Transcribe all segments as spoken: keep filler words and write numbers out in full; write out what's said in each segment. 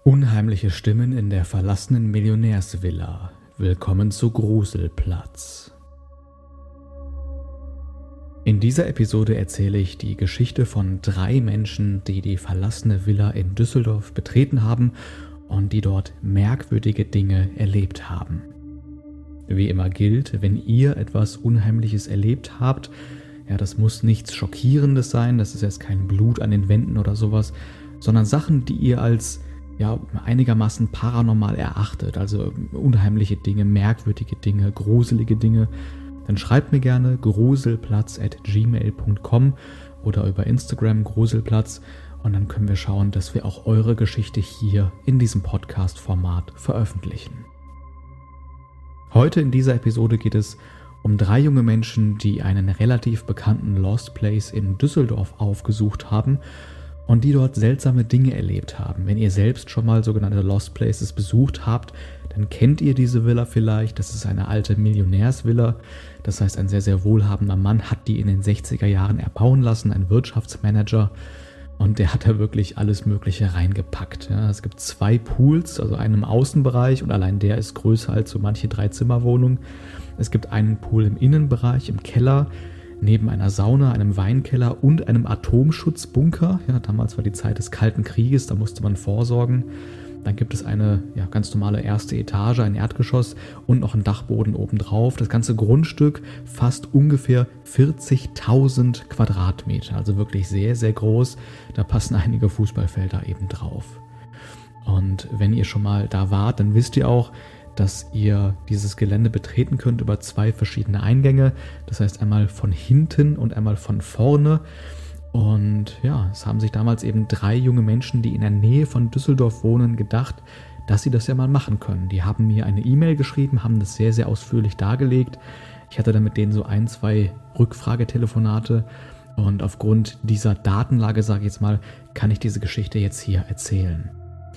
Unheimliche Stimmen in der verlassenen Millionärsvilla. Willkommen zu Gruselplatz. In dieser Episode erzähle ich die Geschichte von drei Menschen, die die verlassene Villa in Düsseldorf betreten haben und die dort merkwürdige Dinge erlebt haben. Wie immer gilt, wenn ihr etwas Unheimliches erlebt habt, ja, das muss nichts Schockierendes sein, das ist jetzt kein Blut an den Wänden oder sowas, sondern Sachen, die ihr als ja, einigermaßen paranormal erachtet, also unheimliche Dinge, merkwürdige Dinge, gruselige Dinge, dann schreibt mir gerne gruselplatz at gmail punkt com oder über Instagram gruselplatz und dann können wir schauen, dass wir auch eure Geschichte hier in diesem Podcast-Format veröffentlichen. Heute in dieser Episode geht es um drei junge Menschen, die einen relativ bekannten Lost Place in Düsseldorf aufgesucht haben und die dort seltsame Dinge erlebt haben. Wenn ihr selbst schon mal sogenannte Lost Places besucht habt, dann kennt ihr diese Villa vielleicht. Das ist eine alte Millionärsvilla. Das heißt, ein sehr, sehr wohlhabender Mann hat die in den sechziger Jahren erbauen lassen, ein Wirtschaftsmanager. Und der hat da wirklich alles Mögliche reingepackt. Ja, es gibt zwei Pools, also einen im Außenbereich und allein der ist größer als so manche Dreizimmerwohnung. Es gibt einen Pool im Innenbereich, im Keller, neben einer Sauna, einem Weinkeller und einem Atomschutzbunker. Ja, damals war die Zeit des Kalten Krieges, da musste man vorsorgen. Dann gibt es eine ja, ganz normale erste Etage, ein Erdgeschoss und noch einen Dachboden obendrauf. Das ganze Grundstück fasst ungefähr vierzigtausend Quadratmeter, also wirklich sehr, sehr groß. Da passen einige Fußballfelder eben drauf. Und wenn ihr schon mal da wart, dann wisst ihr auch, dass ihr dieses Gelände betreten könnt über zwei verschiedene Eingänge. Das heißt einmal von hinten und einmal von vorne. Und ja, es haben sich damals eben drei junge Menschen, die in der Nähe von Düsseldorf wohnen, gedacht, dass sie das ja mal machen können. Die haben mir eine E-Mail geschrieben, haben das sehr, sehr ausführlich dargelegt. Ich hatte dann mit denen so ein, zwei Rückfragetelefonate. Und aufgrund dieser Datenlage, sage ich jetzt mal, kann ich diese Geschichte jetzt hier erzählen.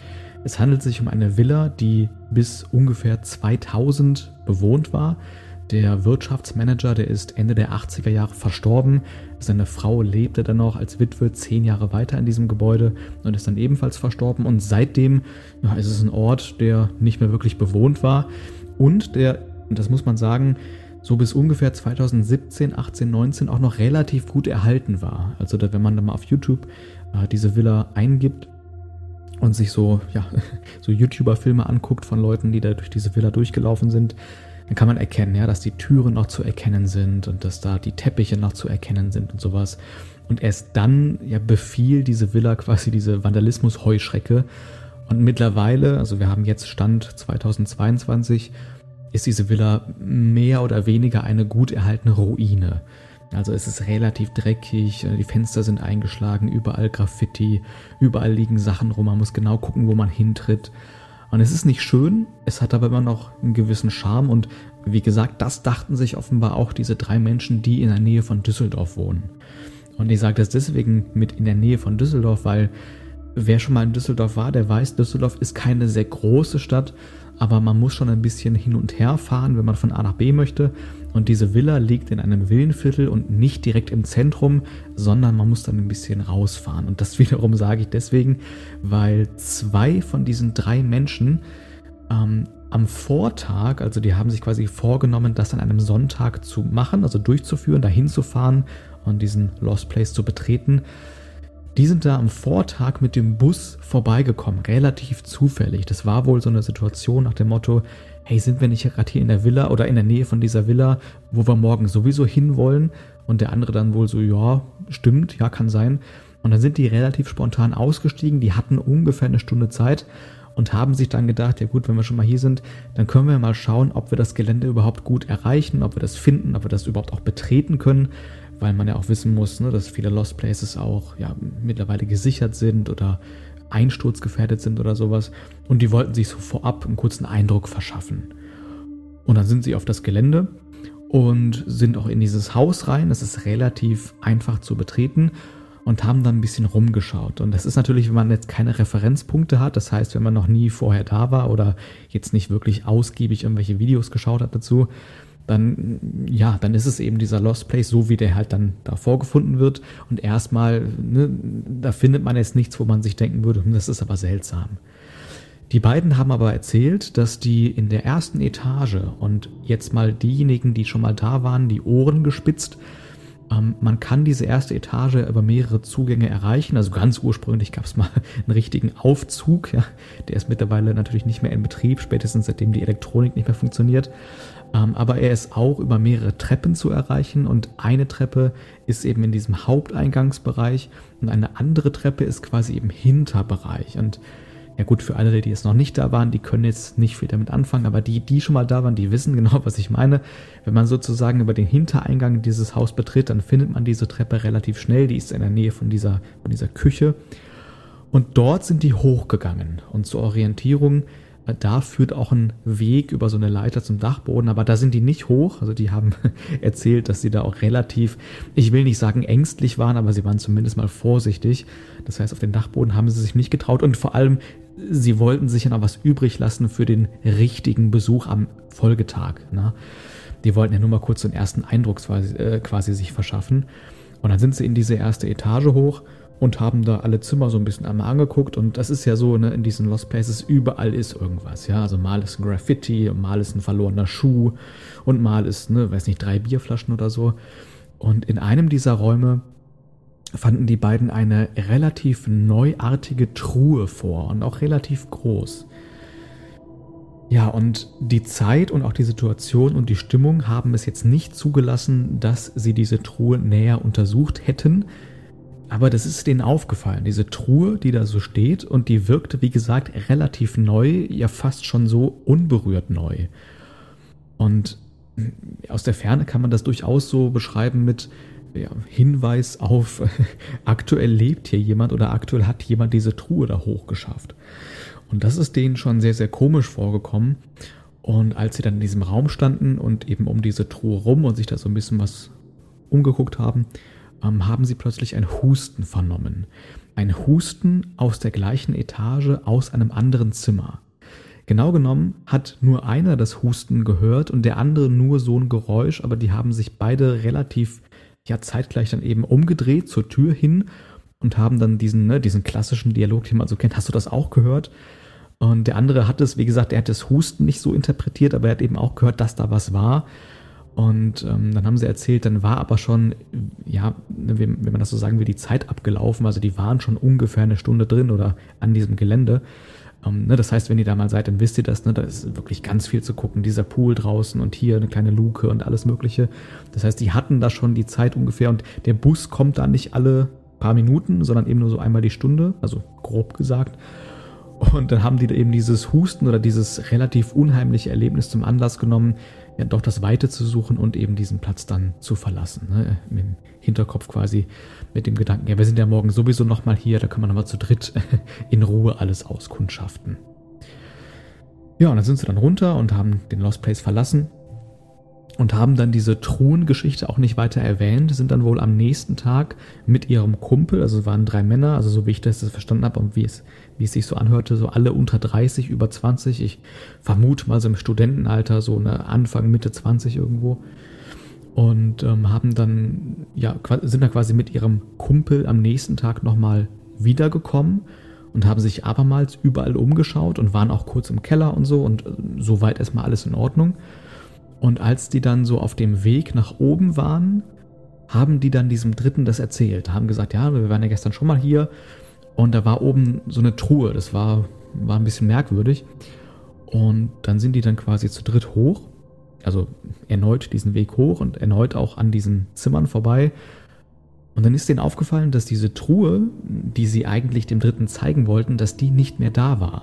Es handelt sich um eine Villa, die bis ungefähr zweitausend bewohnt war. Der Wirtschaftsmanager, der ist Ende der achtziger Jahre verstorben. Seine Frau lebte dann noch als Witwe zehn Jahre weiter in diesem Gebäude und ist dann ebenfalls verstorben. Und seitdem ja, ist es ein Ort, der nicht mehr wirklich bewohnt war und der, das muss man sagen, so bis ungefähr zweitausendsiebzehn, achtzehn, neunzehn auch noch relativ gut erhalten war. Also wenn man dann mal auf YouTube äh, diese Villa eingibt, und sich so, ja, so YouTuber-Filme anguckt von Leuten, die da durch diese Villa durchgelaufen sind, dann kann man erkennen, ja, dass die Türen noch zu erkennen sind und dass da die Teppiche noch zu erkennen sind und sowas. Und erst dann ja, befiel diese Villa quasi diese Vandalismus-Heuschrecke. Und mittlerweile, also wir haben jetzt Stand zweitausendzweiundzwanzig, ist diese Villa mehr oder weniger eine gut erhaltene Ruine. Also es ist relativ dreckig, die Fenster sind eingeschlagen, überall Graffiti, überall liegen Sachen rum, man muss genau gucken, wo man hintritt. Und es ist nicht schön, es hat aber immer noch einen gewissen Charme und wie gesagt, das dachten sich offenbar auch diese drei Menschen, die in der Nähe von Düsseldorf wohnen. Und ich sage das deswegen mit in der Nähe von Düsseldorf, weil wer schon mal in Düsseldorf war, der weiß, Düsseldorf ist keine sehr große Stadt, aber man muss schon ein bisschen hin und her fahren, wenn man von A nach B möchte. Und diese Villa liegt in einem Villenviertel und nicht direkt im Zentrum, sondern man muss dann ein bisschen rausfahren. Und das wiederum sage ich deswegen, weil zwei von diesen drei Menschen ähm, am Vortag, also die haben sich quasi vorgenommen, das an einem Sonntag zu machen, also durchzuführen, dahin zu fahren und diesen Lost Place zu betreten. Die sind da am Vortag mit dem Bus vorbeigekommen, relativ zufällig. Das war wohl so eine Situation nach dem Motto, hey, sind wir nicht gerade hier in der Villa oder in der Nähe von dieser Villa, wo wir morgen sowieso hinwollen? Und der andere dann wohl so, ja, stimmt, ja, kann sein. Und dann sind die relativ spontan ausgestiegen, die hatten ungefähr eine Stunde Zeit und haben sich dann gedacht, ja gut, wenn wir schon mal hier sind, dann können wir mal schauen, ob wir das Gelände überhaupt gut erreichen, ob wir das finden, ob wir das überhaupt auch betreten können. Weil man ja auch wissen muss, ne, dass viele Lost Places auch ja, mittlerweile gesichert sind oder einsturzgefährdet sind oder sowas. Und die wollten sich so vorab einen kurzen Eindruck verschaffen. Und dann sind sie auf das Gelände und sind auch in dieses Haus rein. Das ist relativ einfach zu betreten und haben dann ein bisschen rumgeschaut. Und das ist natürlich, wenn man jetzt keine Referenzpunkte hat, das heißt, wenn man noch nie vorher da war oder jetzt nicht wirklich ausgiebig irgendwelche Videos geschaut hat dazu, dann, ja, dann ist es eben dieser Lost Place, so wie der halt dann da vorgefunden wird. Und erstmal, ne, da findet man jetzt nichts, wo man sich denken würde, das ist aber seltsam. Die beiden haben aber erzählt, dass die in der ersten Etage und jetzt mal diejenigen, die schon mal da waren, die Ohren gespitzt. Ähm, man kann diese erste Etage über mehrere Zugänge erreichen. Also ganz ursprünglich gab es mal einen richtigen Aufzug. Ja. Der ist mittlerweile natürlich nicht mehr in Betrieb, spätestens seitdem die Elektronik nicht mehr funktioniert. Ähm, aber er ist auch über mehrere Treppen zu erreichen und eine Treppe ist eben in diesem Haupteingangsbereich und eine andere Treppe ist quasi im Hinterbereich. Und ja gut, für alle, die jetzt noch nicht da waren, die können jetzt nicht viel damit anfangen, aber die, die schon mal da waren, die wissen genau, was ich meine. Wenn man sozusagen über den Hintereingang dieses Haus betritt, dann findet man diese Treppe relativ schnell, die ist in der Nähe von dieser, von dieser Küche. Und dort sind die hochgegangen. Und zur Orientierung, da führt auch ein Weg über so eine Leiter zum Dachboden, aber da sind die nicht hoch. Also die haben erzählt, dass sie da auch relativ, ich will nicht sagen ängstlich waren, aber sie waren zumindest mal vorsichtig. Das heißt, auf den Dachboden haben sie sich nicht getraut und vor allem, sie wollten sich ja noch was übrig lassen für den richtigen Besuch am Folgetag. Ne? Die wollten ja nur mal kurz so einen ersten Eindruck quasi, äh, quasi sich verschaffen. Und dann sind sie in diese erste Etage hoch und haben da alle Zimmer so ein bisschen einmal angeguckt. Und das ist ja so, ne, in diesen Lost Places, überall ist irgendwas. Ja, also mal ist ein Graffiti, mal ist ein verlorener Schuh und mal ist, ne, weiß nicht, drei Bierflaschen oder so. Und in einem dieser Räume fanden die beiden eine relativ neuartige Truhe vor und auch relativ groß. Ja, und die Zeit und auch die Situation und die Stimmung haben es jetzt nicht zugelassen, dass sie diese Truhe näher untersucht hätten. Aber das ist denen aufgefallen, diese Truhe, die da so steht, und die wirkte, wie gesagt, relativ neu, ja fast schon so unberührt neu. Und aus der Ferne kann man das durchaus so beschreiben mit ja, Hinweis auf, aktuell lebt hier jemand oder aktuell hat jemand diese Truhe da hochgeschafft. Und das ist denen schon sehr, sehr komisch vorgekommen. Und als sie dann in diesem Raum standen und eben um diese Truhe rum und sich da so ein bisschen was umgeguckt haben, ähm, haben sie plötzlich ein Husten vernommen. Ein Husten aus der gleichen Etage, aus einem anderen Zimmer. Genau genommen hat nur einer das Husten gehört und der andere nur so ein Geräusch, aber die haben sich beide relativ ja zeitgleich dann eben umgedreht zur Tür hin und haben dann diesen, ne, diesen klassischen Dialog, den man so kennt, hast du das auch gehört? Und der andere hat es, wie gesagt, er hat das Husten nicht so interpretiert, aber er hat eben auch gehört, dass da was war. Und ähm, dann haben sie erzählt, dann war aber schon, ja, wenn, wenn man das so sagen will, die Zeit abgelaufen. Also die waren schon ungefähr eine Stunde drin oder an diesem Gelände. Ähm, ne, das heißt, wenn ihr da mal seid, dann wisst ihr das, ne, da ist wirklich ganz viel zu gucken. Dieser Pool draußen und hier eine kleine Luke und alles Mögliche. Das heißt, die hatten da schon die Zeit ungefähr und der Bus kommt da nicht alle paar Minuten, sondern eben nur so einmal die Stunde, also grob gesagt. Und dann haben die eben dieses Husten oder dieses relativ unheimliche Erlebnis zum Anlass genommen, ja doch das Weite zu suchen und eben diesen Platz dann zu verlassen. Ne? Im Hinterkopf quasi mit dem Gedanken, ja, wir sind ja morgen sowieso nochmal hier, da können wir nochmal zu dritt in Ruhe alles auskundschaften. Ja, und dann sind sie dann runter und haben den Lost Place verlassen und haben dann diese Truhengeschichte auch nicht weiter erwähnt, sind dann wohl am nächsten Tag mit ihrem Kumpel, also es waren drei Männer, also so wie ich das verstanden habe und wie es, wie es sich so anhörte, so alle unter dreißig, über zwanzig, ich vermute mal so im Studentenalter, so eine Anfang, Mitte zwanzig irgendwo, und ähm, haben dann, ja, sind dann quasi mit ihrem Kumpel am nächsten Tag nochmal wiedergekommen und haben sich abermals überall umgeschaut und waren auch kurz im Keller und so und soweit erstmal alles in Ordnung. Und als die dann so auf dem Weg nach oben waren, haben die dann diesem Dritten das erzählt. Haben gesagt, ja, wir waren ja gestern schon mal hier und da war oben so eine Truhe. Das war, war ein bisschen merkwürdig. Und dann sind die dann quasi zu dritt hoch, also erneut diesen Weg hoch und erneut auch an diesen Zimmern vorbei. Und dann ist denen aufgefallen, dass diese Truhe, die sie eigentlich dem Dritten zeigen wollten, dass die nicht mehr da war.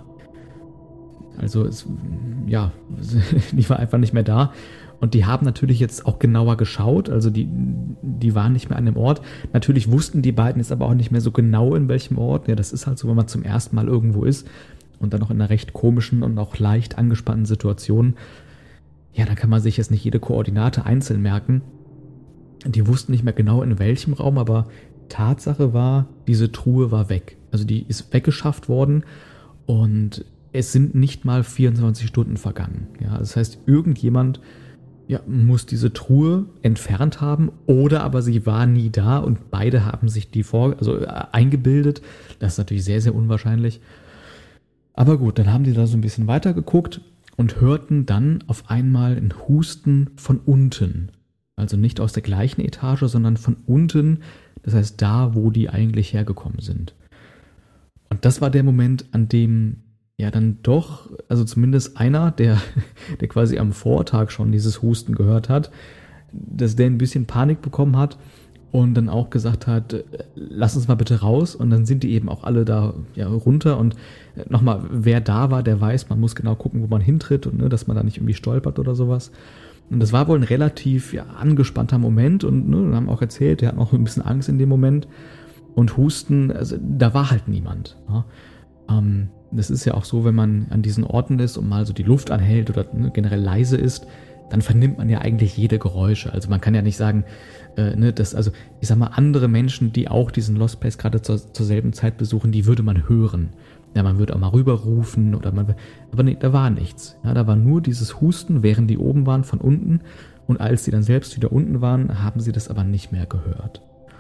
Also es, ja, die war einfach nicht mehr da. Und die haben natürlich jetzt auch genauer geschaut. Also die, die waren nicht mehr an dem Ort. Natürlich wussten die beiden jetzt aber auch nicht mehr so genau, in welchem Ort. Ja, das ist halt so, wenn man zum ersten Mal irgendwo ist und dann noch in einer recht komischen und auch leicht angespannten Situation. Ja, dann kann man sich jetzt nicht jede Koordinate einzeln merken. Die wussten nicht mehr genau, in welchem Raum, aber Tatsache war, diese Truhe war weg. Also die ist weggeschafft worden und es sind nicht mal vierundzwanzig Stunden vergangen. Ja, das heißt, irgendjemand ja, muss diese Truhe entfernt haben oder aber sie war nie da und beide haben sich die vor, also eingebildet. Das ist natürlich sehr, sehr unwahrscheinlich. Aber gut, dann haben die da so ein bisschen weiter geguckt und hörten dann auf einmal ein Husten von unten. Also nicht aus der gleichen Etage, sondern von unten, das heißt da, wo die eigentlich hergekommen sind. Und das war der Moment, an dem ja dann doch, also zumindest einer, der, der quasi am Vortag schon dieses Husten gehört hat, dass der ein bisschen Panik bekommen hat und dann auch gesagt hat, lass uns mal bitte raus. Und dann sind die eben auch alle da ja, runter. Und nochmal, wer da war, der weiß, man muss genau gucken, wo man hintritt und ne, dass man da nicht irgendwie stolpert oder sowas. Und das war wohl ein relativ ja, angespannter Moment und ne, haben auch erzählt, der hat auch ein bisschen Angst in dem Moment. Und Husten, also da war halt niemand. Ja. Ähm, das ist ja auch so, wenn man an diesen Orten ist und mal so die Luft anhält oder ne, generell leise ist, dann vernimmt man ja eigentlich jede Geräusche. Also man kann ja nicht sagen, äh, ne, dass, also ich sag mal, andere Menschen, die auch diesen Lost Place gerade zur, zur selben Zeit besuchen, die würde man hören. Ja, man würde auch mal rüberrufen oder man, aber nee, da war nichts. Ja, da war nur dieses Husten, während die oben waren von unten und als die dann selbst wieder unten waren, haben sie das aber nicht mehr gehört.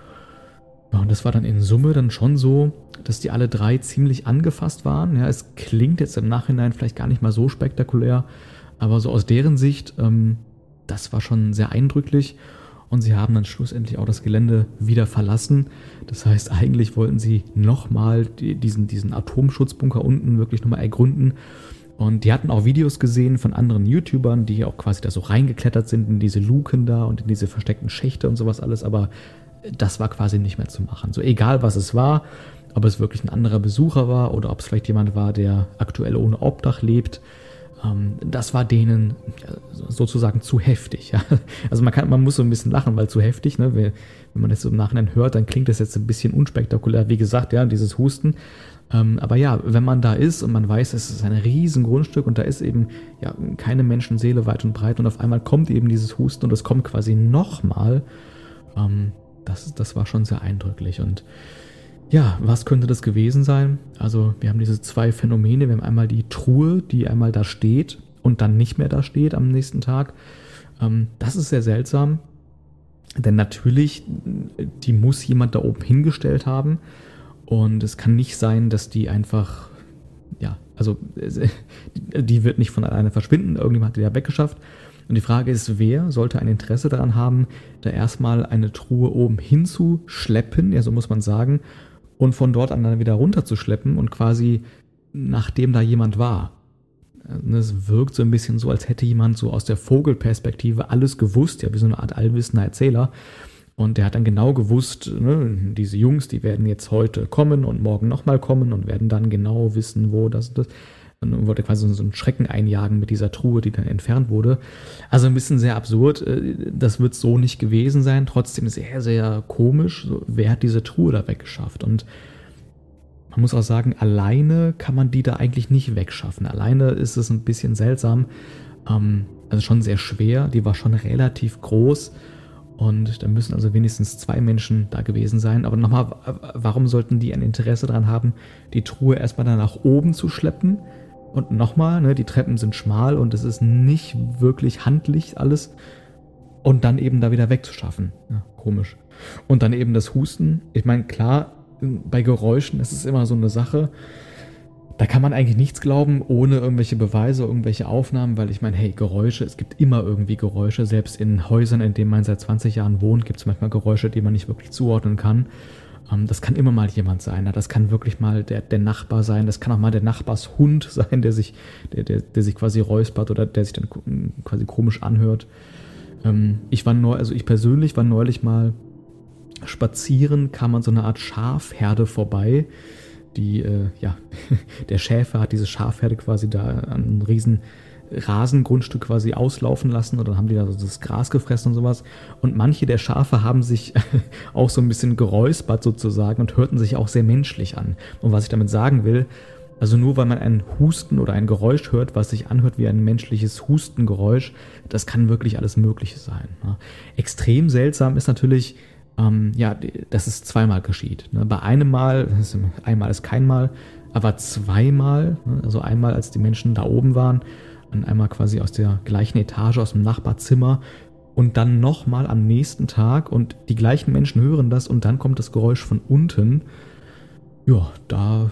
Ja, und das war dann in Summe dann schon so, dass die alle drei ziemlich angefasst waren. Ja, es klingt jetzt im Nachhinein vielleicht gar nicht mal so spektakulär, aber so aus deren Sicht, ähm, das war schon sehr eindrücklich und sie haben dann schlussendlich auch das Gelände wieder verlassen. Das heißt, eigentlich wollten sie nochmal die, diesen, diesen Atomschutzbunker unten wirklich nochmal ergründen und die hatten auch Videos gesehen von anderen YouTubern, die auch quasi da so reingeklettert sind in diese Luken da und in diese versteckten Schächte und sowas alles, aber das war quasi nicht mehr zu machen. So egal, was es war, ob es wirklich ein anderer Besucher war oder ob es vielleicht jemand war, der aktuell ohne Obdach lebt, das war denen sozusagen zu heftig. Ja. Also man kann, man muss so ein bisschen lachen, weil zu heftig, ne? Wenn man das so im Nachhinein hört, dann klingt das jetzt ein bisschen unspektakulär, wie gesagt, ja, dieses Husten. Aber ja, wenn man da ist und man weiß, es ist ein riesen Grundstück und da ist eben ja keine Menschenseele weit und breit und auf einmal kommt eben dieses Husten und es kommt quasi nochmal, das, das war schon sehr eindrücklich. Und ja, was könnte das gewesen sein? Also wir haben diese zwei Phänomene. Wir haben einmal die Truhe, die einmal da steht und dann nicht mehr da steht am nächsten Tag. Ähm, das ist sehr seltsam, denn natürlich, die muss jemand da oben hingestellt haben und es kann nicht sein, dass die einfach, ja, also die wird nicht von alleine verschwinden. Irgendjemand hat die da weggeschafft. Und die Frage ist, wer sollte ein Interesse daran haben, da erstmal eine Truhe oben hinzuschleppen, ja, so muss man sagen, und von dort an dann wieder runterzuschleppen und quasi nachdem da jemand war. Es wirkt so ein bisschen so, als hätte jemand so aus der Vogelperspektive alles gewusst, ja, wie so eine Art allwissender Erzähler. Und der hat dann genau gewusst, ne, diese Jungs, die werden jetzt heute kommen und morgen nochmal kommen und werden dann genau wissen, wo das ist. Und wollte quasi so einen Schrecken einjagen mit dieser Truhe, die dann entfernt wurde. Also ein bisschen sehr absurd. Das wird so nicht gewesen sein. Trotzdem sehr, sehr komisch. Wer hat diese Truhe da weggeschafft? Und man muss auch sagen, alleine kann man die da eigentlich nicht wegschaffen. Alleine ist es ein bisschen seltsam. Also schon sehr schwer. Die war schon relativ groß. Und da müssen also wenigstens zwei Menschen da gewesen sein. Aber nochmal, warum sollten die ein Interesse daran haben, die Truhe erstmal dann nach oben zu schleppen? Und nochmal, ne, die Treppen sind schmal und es ist nicht wirklich handlich alles. Und dann eben da wieder wegzuschaffen. Ja, komisch. Und dann eben das Husten. Ich meine, klar, bei Geräuschen ist es immer so eine Sache. Da kann man eigentlich nichts glauben, ohne irgendwelche Beweise, irgendwelche Aufnahmen, weil ich meine, hey, Geräusche, es gibt immer irgendwie Geräusche. Selbst in Häusern, in denen man seit zwanzig Jahren wohnt, gibt es manchmal Geräusche, die man nicht wirklich zuordnen kann. Das kann immer mal jemand sein. Das kann wirklich mal der, der Nachbar sein. Das kann auch mal der Nachbarshund sein, der sich, der, der, der sich quasi räuspert oder der sich dann quasi komisch anhört. Ich war neu, also ich persönlich war neulich mal spazieren, kam an so eine Art Schafherde vorbei. Die, äh, ja, der Schäfer hat diese Schafherde quasi da an einem riesen Rasengrundstück quasi auslaufen lassen und dann haben die da so das Gras gefressen und sowas. Und manche der Schafe haben sich auch so ein bisschen geräuspert sozusagen und hörten sich auch sehr menschlich an. Und was ich damit sagen will, also nur weil man ein Husten oder ein Geräusch hört, was sich anhört wie ein menschliches Hustengeräusch, das kann wirklich alles Mögliche sein. Ne? Extrem seltsam ist natürlich, ähm, ja, dass es zweimal geschieht. Ne? Bei einem Mal, einmal ist kein Mal, aber zweimal, ne? Also einmal, als die Menschen da oben waren, und einmal quasi aus der gleichen Etage, aus dem Nachbarzimmer und dann nochmal am nächsten Tag und die gleichen Menschen hören das und dann kommt das Geräusch von unten. Ja, da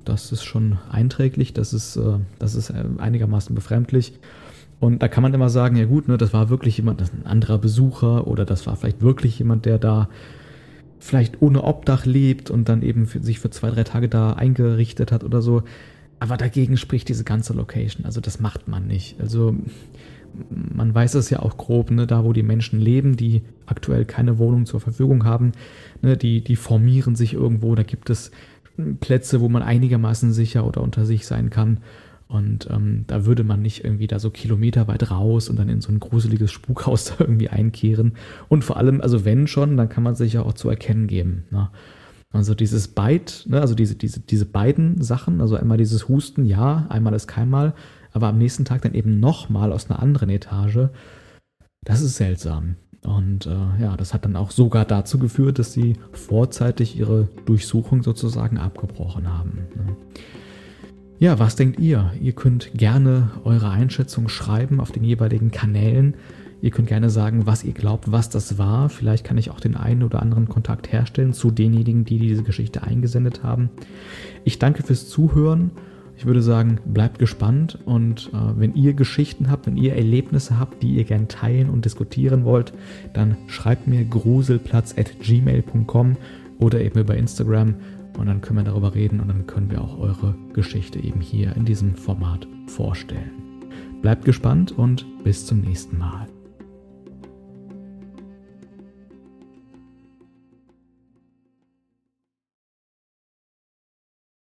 das ist schon einträglich, das ist, äh, das ist einigermaßen befremdlich. Und da kann man immer sagen, ja gut, ne, das war wirklich jemand, das ist ein anderer Besucher oder das war vielleicht wirklich jemand, der da vielleicht ohne Obdach lebt und dann eben für, sich für zwei, drei Tage da eingerichtet hat oder so. Aber dagegen spricht diese ganze Location. Also das macht man nicht. Also man weiß es ja auch grob, ne, da wo die Menschen leben, die aktuell keine Wohnung zur Verfügung haben, ne, die, die formieren sich irgendwo. Da gibt es Plätze, wo man einigermaßen sicher oder unter sich sein kann. Und ähm, da würde man nicht irgendwie da so kilometerweit raus und dann in so ein gruseliges Spukhaus da irgendwie einkehren. Und vor allem, also wenn schon, dann kann man sich ja auch zu erkennen geben. Ne? Also dieses Beit, ne, also diese, diese, diese beiden Sachen, also einmal dieses Husten, ja, einmal ist keinmal, aber am nächsten Tag dann eben nochmal aus einer anderen Etage, das ist seltsam. Und äh, ja, das hat dann auch sogar dazu geführt, dass sie vorzeitig ihre Durchsuchung sozusagen abgebrochen haben. Ne? Ja, was denkt ihr? Ihr könnt gerne eure Einschätzung schreiben auf den jeweiligen Kanälen. Ihr könnt gerne sagen, was ihr glaubt, was das war. Vielleicht kann ich auch den einen oder anderen Kontakt herstellen zu denjenigen, die diese Geschichte eingesendet haben. Ich danke fürs Zuhören. Ich würde sagen, bleibt gespannt und äh, wenn ihr Geschichten habt, wenn ihr Erlebnisse habt, die ihr gerne teilen und diskutieren wollt, dann schreibt mir gruselplatz at gmail punkt com oder eben über Instagram. Und dann können wir darüber reden und dann können wir auch eure Geschichte eben hier in diesem Format vorstellen. Bleibt gespannt und bis zum nächsten Mal.